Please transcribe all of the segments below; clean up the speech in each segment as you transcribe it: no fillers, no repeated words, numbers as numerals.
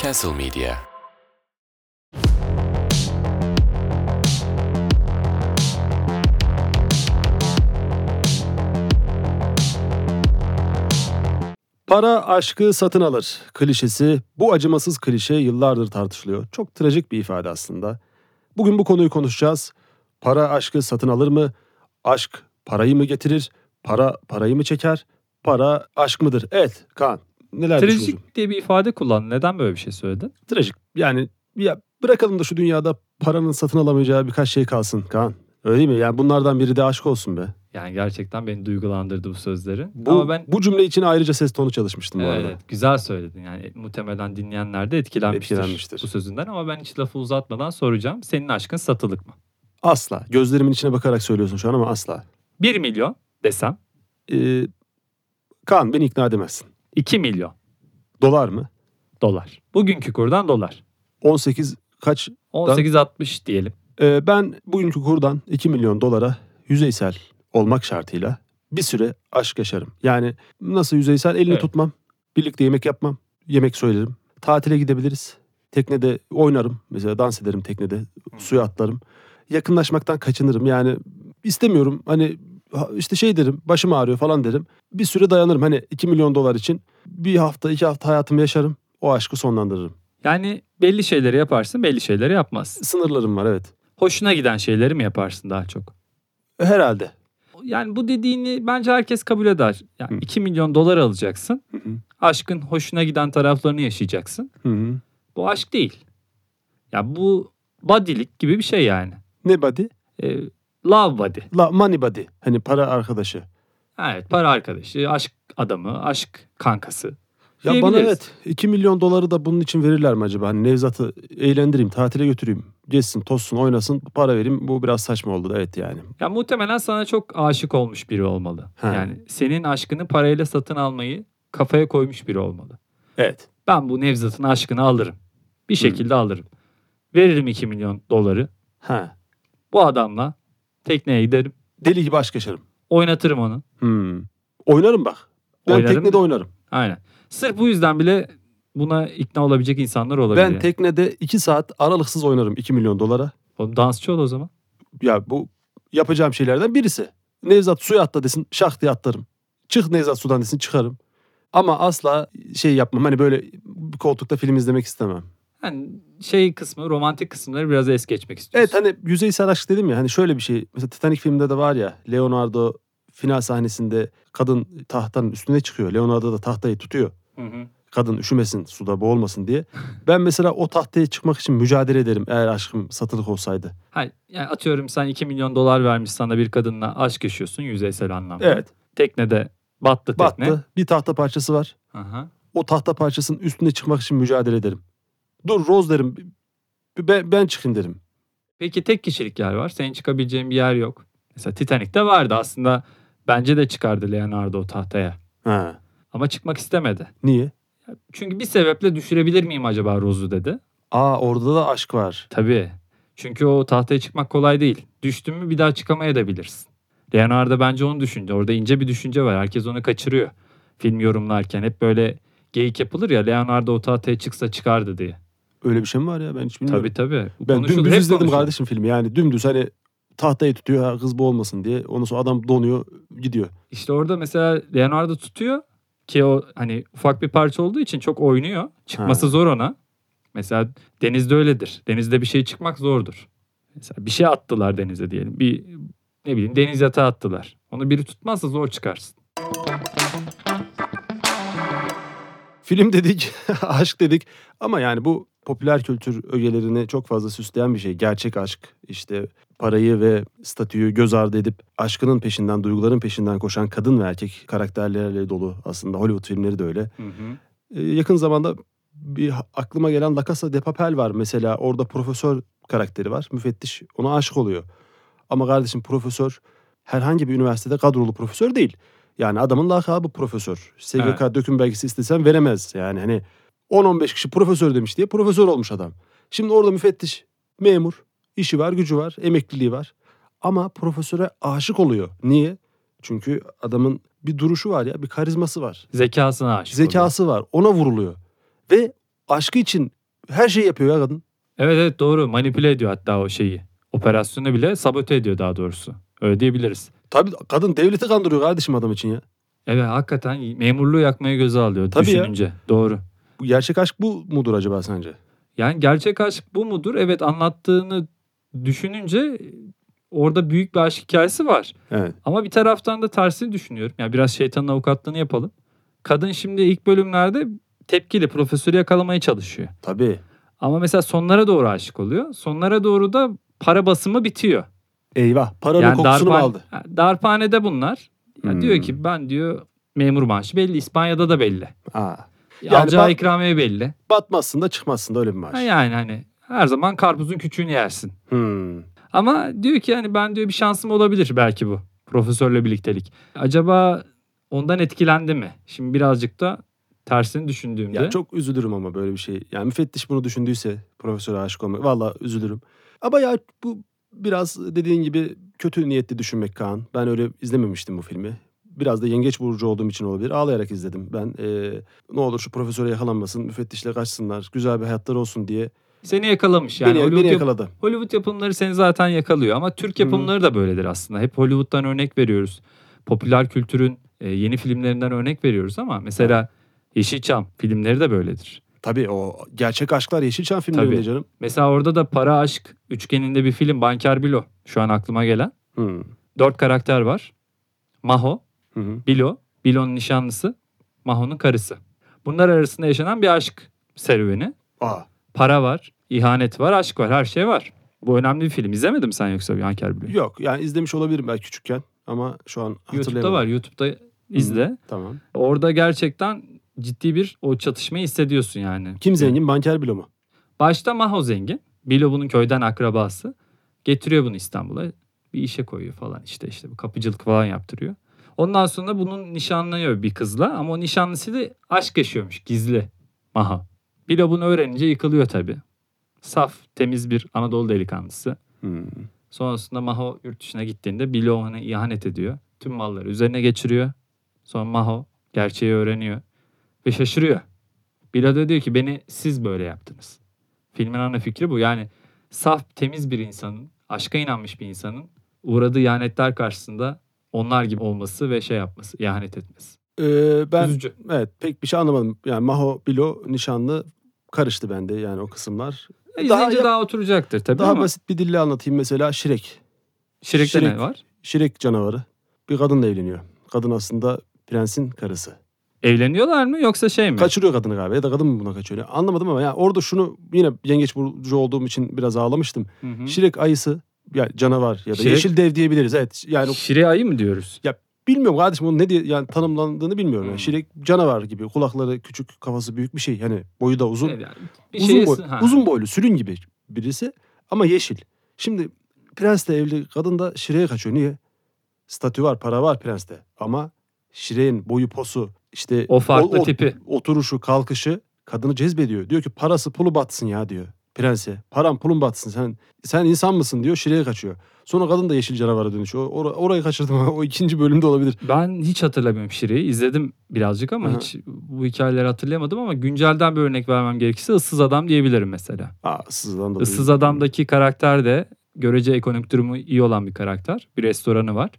Castle Media. Para aşkı satın alır klişesi, bu acımasız klişe yıllardır tartışılıyor. Çok trajik bir ifade aslında. Bugün bu konuyu konuşacağız. Para aşkı satın alır mı? Aşk parayı mı getirir? Para parayı mı çeker? Para aşk mıdır? Evet Kaan, neler düşünüyorsun? Trajik diye bir ifade kullandın. Neden böyle bir şey söyledin? Trajik. Yani ya bırakalım da şu dünyada paranın satın alamayacağı birkaç şey kalsın Kaan. Öyle değil mi? Yani bunlardan biri de aşk olsun be. Yani gerçekten beni duygulandırdı bu sözleri. Ama ben Bu cümle için ayrıca ses tonu çalışmıştım bu arada. evet, güzel söyledin. Yani muhtemelen dinleyenler de etkilenmiştir bu sözünden. Ama ben hiç lafı uzatmadan soracağım. Senin aşkın satılık mı? Asla. Gözlerimin içine bakarak söylüyorsun şu an ama asla. 1 milyon desem. Kaan, beni ikna edemezsin. 2 milyon Dolar mı? dolar. Bugünkü kurdan dolar. 18 kaç? 18.60 diyelim. Ben bugünkü kurdan 2 milyon dolara yüzeysel olmak şartıyla bir süre aşk yaşarım. Yani nasıl yüzeysel? Elini Evet. tutmam. Birlikte yemek yapmam. Yemek söylerim. Tatile gidebiliriz. Teknede oynarım. Mesela dans ederim teknede. Suya atlarım. Yakınlaşmaktan kaçınırım. Yani istemiyorum. Hani işte şey derim. Başım ağrıyor falan derim. Bir süre dayanırım. Hani 2 milyon dolar için bir hafta 2 hafta hayatımı yaşarım. O aşkı sonlandırırım. Yani belli şeyleri yaparsın, belli şeyleri yapmazsın. Sınırlarım var, evet. Hoşuna giden şeyleri mi yaparsın daha çok? Herhalde. Yani bu dediğini bence herkes kabul eder. Yani 2 milyon dolar alacaksın. Hı hı. Aşkın hoşuna giden taraflarını yaşayacaksın. Hı hı. Bu aşk değil. Ya bu body'lik gibi bir şey yani. Ne body? Love body. Money body. Hani para arkadaşı. Evet, para arkadaşı, aşk adamı, aşk kankası. Ya bana diyebiliriz. evet 2 milyon doları da bunun için verirler mi acaba? Hani Nevzat'ı eğlendireyim, tatile götüreyim. Gezsin, tozsun, oynasın, para vereyim. Bu biraz saçma oldu, evet yani. Ya muhtemelen sana çok aşık olmuş biri olmalı. Ha. Yani senin aşkını parayla satın almayı kafaya koymuş biri olmalı. Evet. Ben bu Nevzat'ın aşkını alırım. Bir şekilde alırım. Veririm 2 milyon doları. Ha. Bu adamla tekneye giderim. Deli gibi aşk yaşarım. Oynatırım onu. Oynarım bak. Ben Oynarım. teknede oynarım. Aynen. Sırf bu yüzden bile buna ikna olabilecek insanlar olabilir. Ben teknede 2 saat aralıksız oynarım 2 milyon dolara. Oğlum dansçı ol o zaman. Ya bu yapacağım şeylerden birisi. Nevzat suya atla desin, şah diye atlarım. Çık Nevzat sudan desin, çıkarım. Ama asla şey yapmam. Hani böyle bir koltukta film izlemek istemem. Yani şey kısmı, romantik kısımları biraz es geçmek istiyorsun. Evet, hani yüzeysel aşk dedim ya, hani şöyle bir şey. Mesela Titanic filminde de var ya, Leonardo final sahnesinde kadın tahtanın üstüne çıkıyor. Leonardo da tahtayı tutuyor. Hı. Kadın üşümesin, suda boğulmasın diye. Ben mesela o tahtaya çıkmak için mücadele ederim eğer aşkım satılık olsaydı. Hayır, yani atıyorum sen 2 milyon dolar vermiş sana bir kadınla aşk yaşıyorsun yüzeysel anlamda. Evet. Teknede battı tekne. Battı. Bir tahta parçası var. Aha. O tahta parçasının üstüne çıkmak için mücadele ederim. Dur Rose derim. Ben çıkayım derim. Peki tek kişilik yer var. Senin çıkabileceğin bir yer yok. Mesela Titanic'te vardı aslında. Bence de çıkardı Leonardo o tahtaya. Ha. Ama çıkmak istemedi. Niye? Çünkü bir sebeple düşürebilir miyim acaba Rose'u dedi. Orada da aşk var. Tabii. Çünkü o tahtaya çıkmak kolay değil. Düştün mü bir daha çıkamayabilirsin. Leonardo bence onu düşündü. Orada ince bir düşünce var. Herkes onu kaçırıyor. Film yorumlarken hep böyle geyik yapılır ya. Leonardo o tahtaya çıksa çıkardı diye. Öyle bir şey mi var ya, ben hiç bilmiyorum. Tabii. Bu Ben konuşulur, dümdüz hep izledim konuşulur. kardeşim filmi. Yani dümdüz hani tahtayı tutuyor, ha, kız boğulmasın diye. Ondan sonra adam donuyor, gidiyor. İşte orada mesela Leonardo tutuyor ki o hani ufak bir parça olduğu için çok oynuyor. Çıkması Ha. zor ona. Mesela denizde öyledir. Denizde bir şey çıkmak zordur. Mesela bir şey attılar denize diyelim. Bir ne bileyim deniz yatağı attılar. Onu biri tutmazsa zor çıkarsın. Film dedik, aşk dedik ama yani bu popüler kültür ögelerini çok fazla süsleyen bir şey. Gerçek aşk, işte parayı ve statüyü göz ardı edip aşkının peşinden, duyguların peşinden koşan kadın ve erkek karakterlerle dolu aslında. Hollywood filmleri de öyle. Yakın zamanda bir aklıma gelen La Casa de Papel var mesela. Orada profesör karakteri var. Müfettiş ona aşık oluyor. Ama kardeşim profesör herhangi bir üniversitede kadrolu profesör değil. Yani adamın lakabı profesör. SGK döküm belgesi istesen veremez. Yani hani 10-15 kişi profesör demiş diye profesör olmuş adam. Şimdi orada müfettiş, memur, işi var, gücü var, emekliliği var. Ama profesöre aşık oluyor. Niye? Çünkü adamın bir duruşu var ya, bir karizması var. Zekasına aşık oluyor. Zekası var. Ona vuruluyor. Ve aşkı için her şeyi yapıyor ya kadın. Evet doğru, manipüle ediyor hatta o şeyi. Operasyonu bile sabote ediyor daha doğrusu. Öyle diyebiliriz. Tabii kadın devleti kandırıyor kardeşim adam için ya. Evet hakikaten memurluğu yakmaya göze alıyor Tabii düşününce. Doğru. Bu gerçek aşk bu mudur acaba sence? Yani gerçek aşk bu mudur? Evet, anlattığını düşününce orada büyük bir aşk hikayesi var. Evet. Ama bir taraftan da tersini düşünüyorum. Yani biraz şeytanın avukatlığını yapalım. Kadın şimdi ilk bölümlerde tepkili, profesörü yakalamaya çalışıyor. Tabii. Ama mesela sonlara doğru aşık oluyor. Sonlara doğru da para basımı bitiyor. Eyvah. Paranın Yani kokusunu mu aldı? darphanede bunlar. Ya diyor ki ben diyor memur maaşı belli. İspanya'da da belli. Aa. Yani Alacağı ikramiye belli. Batmazsın da çıkmazsın da öyle bir maaş. Yani hani her zaman karpuzun küçüğünü yersin. Hmm. Ama diyor ki hani ben diyor bir şansım olabilir belki bu. Profesörle birliktelik. Acaba ondan etkilendi mi? Şimdi birazcık da tersini düşündüğümde. Ya çok üzülürüm ama böyle bir şey. Yani müfettiş bunu düşündüyse profesöre aşık olmak. Vallahi üzülürüm. Ama ya bu biraz dediğin gibi kötü niyetli düşünmek Kaan. Ben öyle izlememiştim bu filmi. Biraz da yengeç burcu olduğum için olabilir. Ağlayarak izledim. Ben ne olur şu profesöre yakalanmasın, müfettişle kaçsınlar, güzel bir hayatları olsun diye. Seni yakalamış yani. Beni yakaladı. Hollywood yapımları seni zaten yakalıyor ama Türk yapımları da böyledir aslında. Hep Hollywood'dan örnek veriyoruz. Popüler kültürün yeni filmlerinden örnek veriyoruz ama mesela Yeşilçam filmleri de böyledir. Tabii o gerçek aşklar Yeşilçam filmlerinde canım. Mesela orada da para aşk üçgeninde bir film Banker Bilo şu an aklıma gelen. 4 karakter var. Maho, Bilo, Bilo'nun nişanlısı, Maho'nun karısı. Bunlar arasında yaşanan bir aşk serüveni. Para var, ihanet var, aşk var, her şey var. Bu önemli bir film. İzlemedin mi sen yoksa Banker Bilo'yu? Yok yani izlemiş olabilirim belki küçükken ama şu an hatırlayamadım. YouTube'da var. YouTube'da izle. Tamam. Orada gerçekten ciddi bir o çatışmayı hissediyorsun yani. Kim zengin? Banker Bilo mu? Başta Maho zengin. Bilo bunun köyden akrabası. Getiriyor bunu İstanbul'a. Bir işe koyuyor falan işte bu kapıcılık falan yaptırıyor. Ondan sonra bunun nişanlanıyor bir kızla ama o nişanlısıyla aşk yaşıyormuş gizli Maho. Bilo bunu öğrenince yıkılıyor tabii. Saf, temiz bir Anadolu delikanlısı. Sonrasında Maho yurt dışına gittiğinde Bilo ona ihanet ediyor. Tüm malları üzerine geçiriyor. Sonra Maho gerçeği öğreniyor ve şaşırıyor. Bilo da diyor ki beni siz böyle yaptınız. Filmin ana fikri bu. Yani saf, temiz bir insanın, aşka inanmış bir insanın uğradığı ihanetler karşısında onlar gibi olması ve yapması, ihanet etmesi. Ben üzücü. Evet pek bir şey anlamadım. Yani Maho, Bilo, nişanlı karıştı bende yani o kısımlar. İzleyince daha oturacaktır tabii daha ama. Daha basit bir dille anlatayım mesela Şirek. Şirek'te ne var? Şirek canavarı. Bir kadınla evleniyor. Kadın aslında prensin karısı. Evleniyorlar mı yoksa mi? Kaçırıyor kadını galiba ya da kadın mı buna kaçırıyor? Anlamadım ama yani orada şunu yine yengeç burcu olduğum için biraz ağlamıştım. Şirek ayısı yani canavar ya da yeşil dev diyebiliriz. Evet. Yani Şirek ayı mı diyoruz? Ya bilmiyorum kardeşim onun ne diye yani tanımlandığını bilmiyorum. Yani Şirek canavar gibi, kulakları küçük, kafası büyük bir şey. Hani boyu da uzun. Evet, yani uzun boylu, sülün gibi birisi ama yeşil. Şimdi prensle evli kadın da Şirek'e kaçıyor. Niye? Statü var, para var prenste. Ama Şirek'in boyu, posu, işte o farklı tipi, oturuşu, kalkışı kadını cezbediyor. Diyor ki parası pulu batsın ya diyor prense. Param pulun batsın. Sen insan mısın diyor. Şirek'e kaçıyor. Sonra kadın da yeşil canavara dönüşüyor. Orayı kaçırdım ama o ikinci bölümde olabilir. Ben hiç hatırlamıyorum Şirek'i. İzledim birazcık ama hiç bu hikayeleri hatırlayamadım ama güncelden bir örnek vermem gerekirse Issız Adam diyebilirim mesela. Issız Adam da Issız Adam'daki karakter de görece ekonomik durumu iyi olan bir karakter. Bir restoranı var.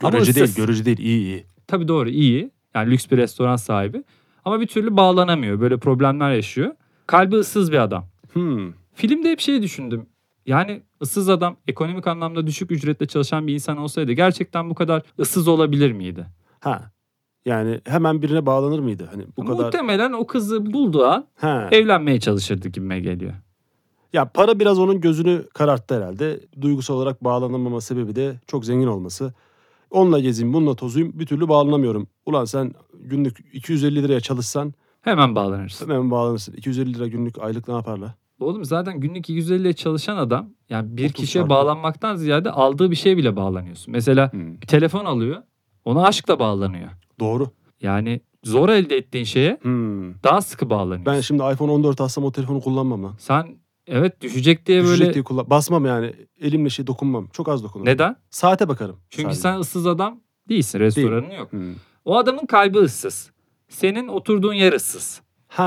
Görece değil. İyi. Tabii doğru, iyi. Yani lüks bir restoran sahibi. Ama bir türlü bağlanamıyor. Böyle problemler yaşıyor. Kalbi ıssız bir adam. Filmde hep düşündüm. Yani ıssız adam ekonomik anlamda düşük ücretle çalışan bir insan olsaydı gerçekten bu kadar ıssız olabilir miydi? Yani hemen birine bağlanır mıydı? Hani bu kadar. Muhtemelen o kızı bulduğu an evlenmeye çalışırdı gibime geliyor. Ya para biraz onun gözünü kararttı herhalde. Duygusal olarak bağlanamama sebebi de çok zengin olması. Onunla gezeyim, bununla tozuyum, bir türlü bağlanamıyorum. Ulan sen günlük 250 liraya çalışsan hemen bağlanırsın. Hemen bağlanırsın. 250 lira günlük aylık ne yaparlar? Oğlum zaten günlük 250'ye çalışan adam yani bir kişiye bağlanmaktan ziyade aldığı bir şeye bile bağlanıyorsun. Mesela bir telefon alıyor, ona aşkla bağlanıyor. Doğru. Yani zor elde ettiğin şeye daha sıkı bağlanıyorsun. Ben şimdi iPhone 14 alsam o telefonu kullanmam lan. Sen düşecek diye böyle... Basmam yani. Elimle dokunmam. Çok az dokunurum. Neden? Saate bakarım. Çünkü sadece. sen ıssız adam değilsin. Restoranın yok. O adamın kalbi ıssız. Senin oturduğun yer ıssız.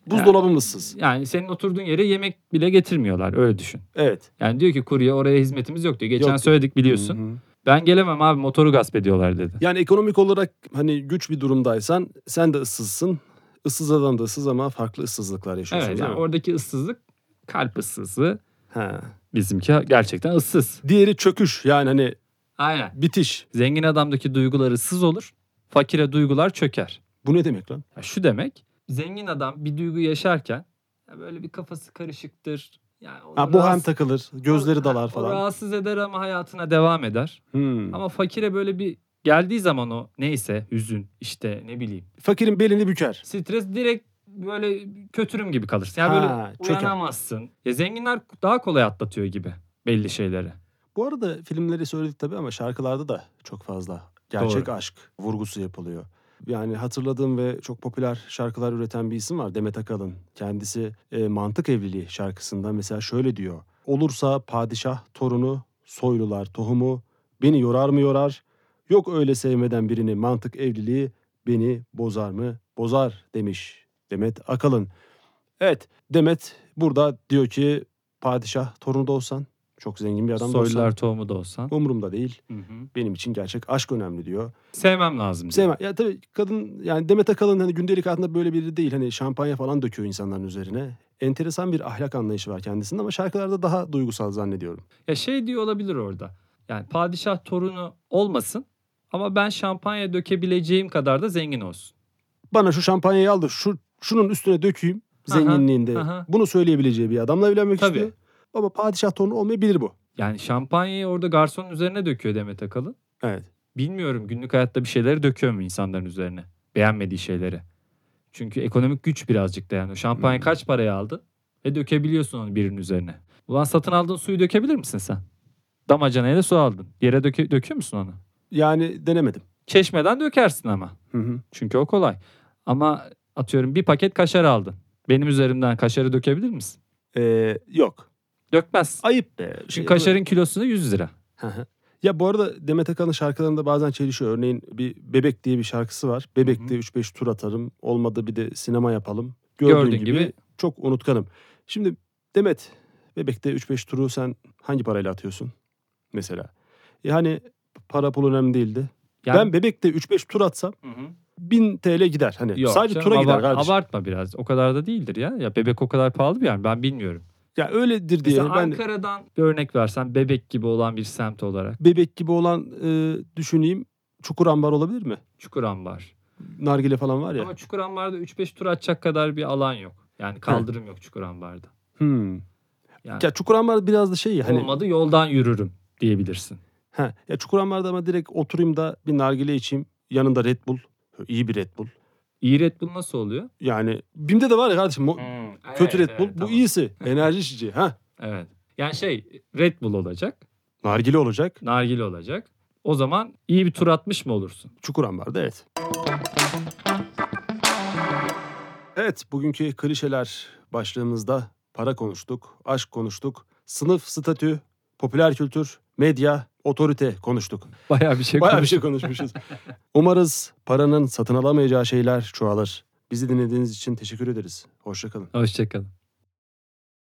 Buzdolabım ıssız. Yani senin oturduğun yere yemek bile getirmiyorlar, öyle düşün. Evet. Yani diyor ki kurye, oraya hizmetimiz yok diyor. Geçen Yok. söyledik biliyorsun. Hı hı. Ben gelemem abi, motoru gasp ediyorlar dedi. Yani ekonomik olarak hani güç bir durumdaysan sen de ıssızsın. Issız adam da ıssız ama farklı ıssızlıklar yaşıyorsun, Evet, değil yani mi? oradaki ıssızlık kalp ıssızlığı. Ha. Bizimki gerçekten ıssız. Diğeri çöküş, yani hani Aynen. bitiş. Zengin adamdaki duygular ıssız olur. Fakire duygular çöker. Bu ne demek lan? Ya şu demek, zengin adam bir duygu yaşarken ya böyle bir kafası karışıktır. Yani onu Ha, bohem takılır, gözleri dalar O falan. rahatsız eder ama hayatına devam eder. Ama fakire böyle bir geldiği zaman o neyse, hüzün, işte ne bileyim, Fakirin belini büker. stres, direkt böyle kötürüm gibi kalırsın. Yani böyle çöker. uyanamazsın. Ya zenginler daha kolay atlatıyor gibi belli şeyleri. Bu arada filmleri söyledik tabii ama şarkılarda da çok fazla gerçek Doğru. aşk vurgusu yapılıyor. Yani hatırladığım ve çok popüler şarkılar üreten bir isim var, Demet Akalın. Kendisi Mantık Evliliği şarkısında mesela şöyle diyor. Olursa padişah torunu, soylular tohumu, beni yorar mı yorar? Yok öyle sevmeden birini, mantık evliliği beni bozar mı? Bozar demiş Demet Akalın. Evet, Demet burada diyor ki padişah torunu da olsan, çok zengin bir adam da olsan Soylular tohumu da olsan. umurumda değil. Hı hı. Benim için gerçek aşk önemli diyor. Sevmem lazım. diyor. Sevmem. Ya tabii kadın, yani Demet Akalın hani gündelik hayatında böyle biri değil. Hani şampanya falan döküyor insanların üzerine. Enteresan bir ahlak anlayışı var kendisinde ama şarkılarda daha duygusal zannediyorum. Ya şey diyor olabilir orada. Yani padişah torunu olmasın ama ben şampanya dökebileceğim kadar da zengin olsun. Bana şu şampanyayı al da şunun üstüne dökeyim zenginliğinde. aha. Bunu söyleyebileceği bir adamla evlenmek Tabii. istiyor. Ama padişah torunu olmayabilir bu. Yani şampanyayı orada garsonun üzerine döküyor Demet Akalın. Evet. Bilmiyorum günlük hayatta bir şeyleri döküyor mu insanların üzerine? Beğenmediği şeyleri. Çünkü ekonomik güç birazcık da yani. O şampanya kaç paraya aldın? Ve dökebiliyorsun onu birinin üzerine. Ulan satın aldığın suyu dökebilir misin sen? Damacanayla su aldın. Yere döküyor musun onu? Yani denemedim. Çeşmeden dökersin ama. Hı hı. Çünkü o kolay. Ama atıyorum bir paket kaşar aldın. Benim üzerimden kaşarı dökebilir misin? Yok. Dökmez. Ayıp be. Çünkü kaşarın kilosu 100 lira. Hı hı. Ya bu arada Demet Akalın şarkılarında bazen çelişiyor. Örneğin bir Bebek diye bir şarkısı var. Bebek'te 3-5 tur atarım. Olmadı bir de sinema yapalım. Gördüğün gibi çok unutkanım. Şimdi Demet, Bebek'te 3-5 turu sen hangi parayla atıyorsun mesela? Yani para pul önemli değildi. Yani, Ben Bebek'te 3-5 tur atsam Hı hı. 1000 TL gider. Hani Yok sadece canım, tura gider kardeşim. abartma biraz. O kadar da değildir ya. Ya Bebek o kadar pahalı bir yer. Ben bilmiyorum. Ya öyledir diye. Mesela Ankara'dan bir örnek versen, Bebek gibi olan bir semt olarak. Bebek gibi olan düşüneyim. Çukurambar olabilir mi? Çukurambar. Nargile falan var ya. Ama Çukurambar'da 3-5 tur atacak kadar bir alan yok. Yani kaldırım yok Çukurambar'da. Yani Ya Çukurambar biraz da şey ya. Hani, olmadı yoldan yürürüm diyebilirsin. ya Çukurambar'da ama direkt oturayım da bir nargile içeyim. Yanında Red Bull. İyi bir Red Bull. İyi Red Bull nasıl oluyor? Yani BİM'de de var ya kardeşim. Kötü Red Bull. Bu tamam. iyisi. Enerji içici. Evet. Yani Red Bull olacak. Nargile olacak. Nargile olacak. O zaman iyi bir tur atmış mı olursun? Çukurambar'da evet. Evet, bugünkü klişeler başlığımızda para konuştuk, aşk konuştuk, sınıf, statü, popüler kültür, medya, otorite konuştuk. Bayağı bir şey Bayağı bir şey konuşmuşuz. Umarız paranın satın alamayacağı şeyler çoğalır. Bizi dinlediğiniz için teşekkür ederiz. Hoşça kalın. Hoşçakalın.